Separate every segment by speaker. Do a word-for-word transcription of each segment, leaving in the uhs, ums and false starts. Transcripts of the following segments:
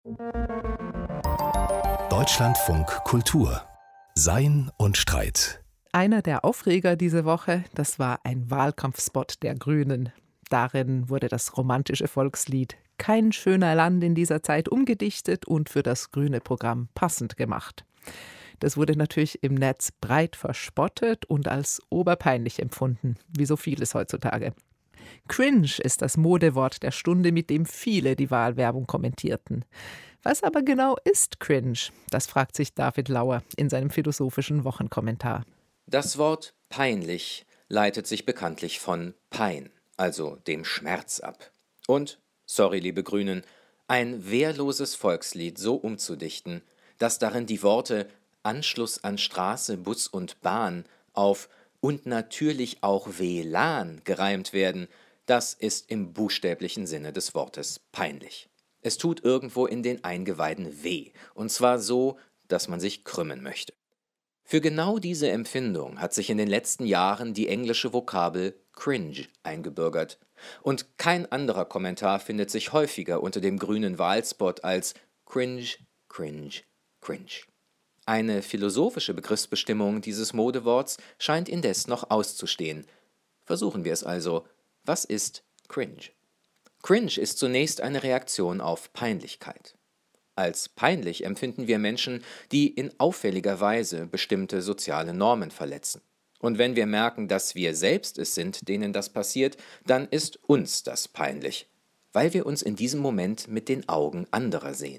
Speaker 1: Deutschlandfunk Kultur. Sein und Streit.
Speaker 2: Einer der Aufreger diese Woche, das war ein Wahlkampfspot der Grünen. Darin wurde das romantische Volkslied „Kein schöner Land in dieser Zeit“ umgedichtet und für das grüne Programm passend gemacht. Das wurde natürlich im Netz breit verspottet und als oberpeinlich empfunden, wie so vieles heutzutage. Cringe ist das Modewort der Stunde, mit dem viele die Wahlwerbung kommentierten. Was aber genau ist Cringe? Das fragt sich David Lauer in seinem philosophischen Wochenkommentar.
Speaker 3: Das Wort peinlich leitet sich bekanntlich von Pein, also dem Schmerz ab. Und, sorry liebe Grünen, ein wehrloses Volkslied so umzudichten, dass darin die Worte Anschluss an Straße, Bus und Bahn auf und natürlich auch W L A N gereimt werden, das ist im buchstäblichen Sinne des Wortes peinlich. Es tut irgendwo in den Eingeweiden weh, und zwar so, dass man sich krümmen möchte. Für genau diese Empfindung hat sich in den letzten Jahren die englische Vokabel cringe eingebürgert. Und kein anderer Kommentar findet sich häufiger unter dem grünen Wahlspot als cringe, cringe, cringe. Eine philosophische Begriffsbestimmung dieses Modeworts scheint indes noch auszustehen. Versuchen wir es also. Was ist cringe? Cringe ist zunächst eine Reaktion auf Peinlichkeit. Als peinlich empfinden wir Menschen, die in auffälliger Weise bestimmte soziale Normen verletzen. Und wenn wir merken, dass wir selbst es sind, denen das passiert, dann ist uns das peinlich, weil wir uns in diesem Moment mit den Augen anderer sehen.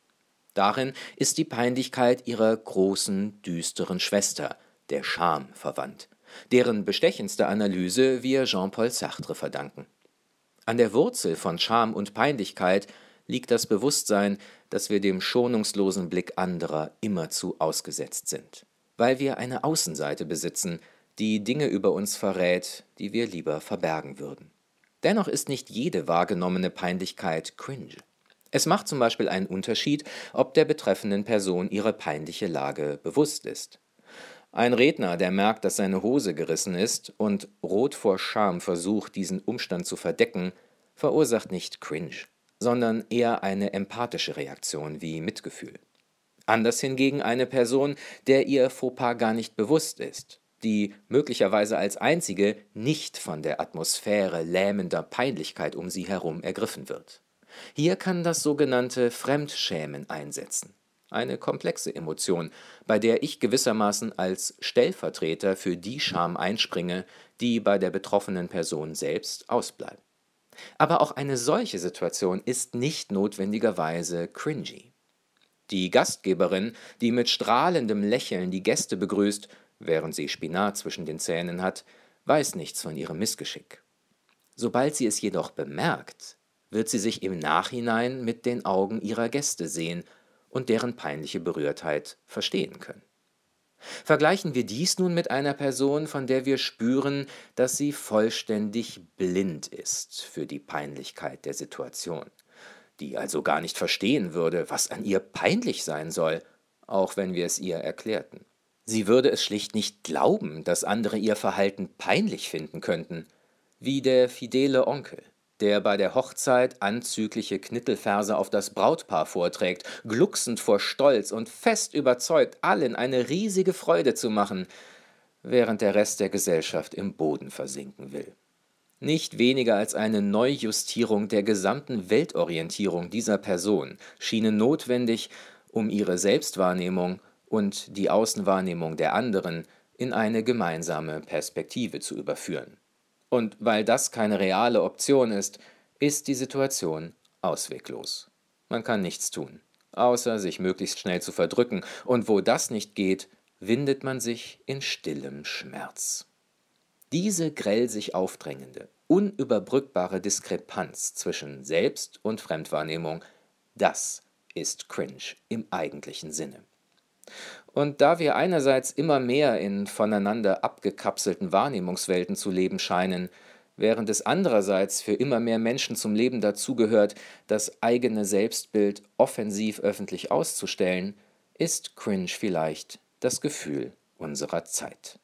Speaker 3: Darin ist die Peinlichkeit ihrer großen, düsteren Schwester, der Scham, verwandt, deren bestechendste Analyse wir Jean-Paul Sartre verdanken. An der Wurzel von Scham und Peinlichkeit liegt das Bewusstsein, dass wir dem schonungslosen Blick anderer immerzu ausgesetzt sind, weil wir eine Außenseite besitzen, die Dinge über uns verrät, die wir lieber verbergen würden. Dennoch ist nicht jede wahrgenommene Peinlichkeit cringe. Es macht zum Beispiel einen Unterschied, ob der betreffenden Person ihre peinliche Lage bewusst ist. Ein Redner, der merkt, dass seine Hose gerissen ist und rot vor Scham versucht, diesen Umstand zu verdecken, verursacht nicht cringe, sondern eher eine empathische Reaktion wie Mitgefühl. Anders hingegen eine Person, der ihr Fauxpas gar nicht bewusst ist, die möglicherweise als einzige nicht von der Atmosphäre lähmender Peinlichkeit um sie herum ergriffen wird. Hier kann das sogenannte Fremdschämen einsetzen. Eine komplexe Emotion, bei der ich gewissermaßen als Stellvertreter für die Scham einspringe, die bei der betroffenen Person selbst ausbleibt. Aber auch eine solche Situation ist nicht notwendigerweise cringy. Die Gastgeberin, die mit strahlendem Lächeln die Gäste begrüßt, während sie Spinat zwischen den Zähnen hat, weiß nichts von ihrem Missgeschick. Sobald sie es jedoch bemerkt, wird sie sich im Nachhinein mit den Augen ihrer Gäste sehen und deren peinliche Berührtheit verstehen können. Vergleichen wir dies nun mit einer Person, von der wir spüren, dass sie vollständig blind ist für die Peinlichkeit der Situation, die also gar nicht verstehen würde, was an ihr peinlich sein soll, auch wenn wir es ihr erklärten. Sie würde es schlicht nicht glauben, dass andere ihr Verhalten peinlich finden könnten, wie der fidele Onkel, der bei der Hochzeit anzügliche Knittelverse auf das Brautpaar vorträgt, glucksend vor Stolz und fest überzeugt, allen eine riesige Freude zu machen, während der Rest der Gesellschaft im Boden versinken will. Nicht weniger als eine Neujustierung der gesamten Weltorientierung dieser Person schienen notwendig, um ihre Selbstwahrnehmung und die Außenwahrnehmung der anderen in eine gemeinsame Perspektive zu überführen. Und weil das keine reale Option ist, ist die Situation ausweglos. Man kann nichts tun, außer sich möglichst schnell zu verdrücken, und wo das nicht geht, windet man sich in stillem Schmerz. Diese grell sich aufdrängende, unüberbrückbare Diskrepanz zwischen Selbst- und Fremdwahrnehmung, das ist cringe im eigentlichen Sinne. Und da wir einerseits immer mehr in voneinander abgekapselten Wahrnehmungswelten zu leben scheinen, während es andererseits für immer mehr Menschen zum Leben dazugehört, das eigene Selbstbild offensiv öffentlich auszustellen, ist cringe vielleicht das Gefühl unserer Zeit.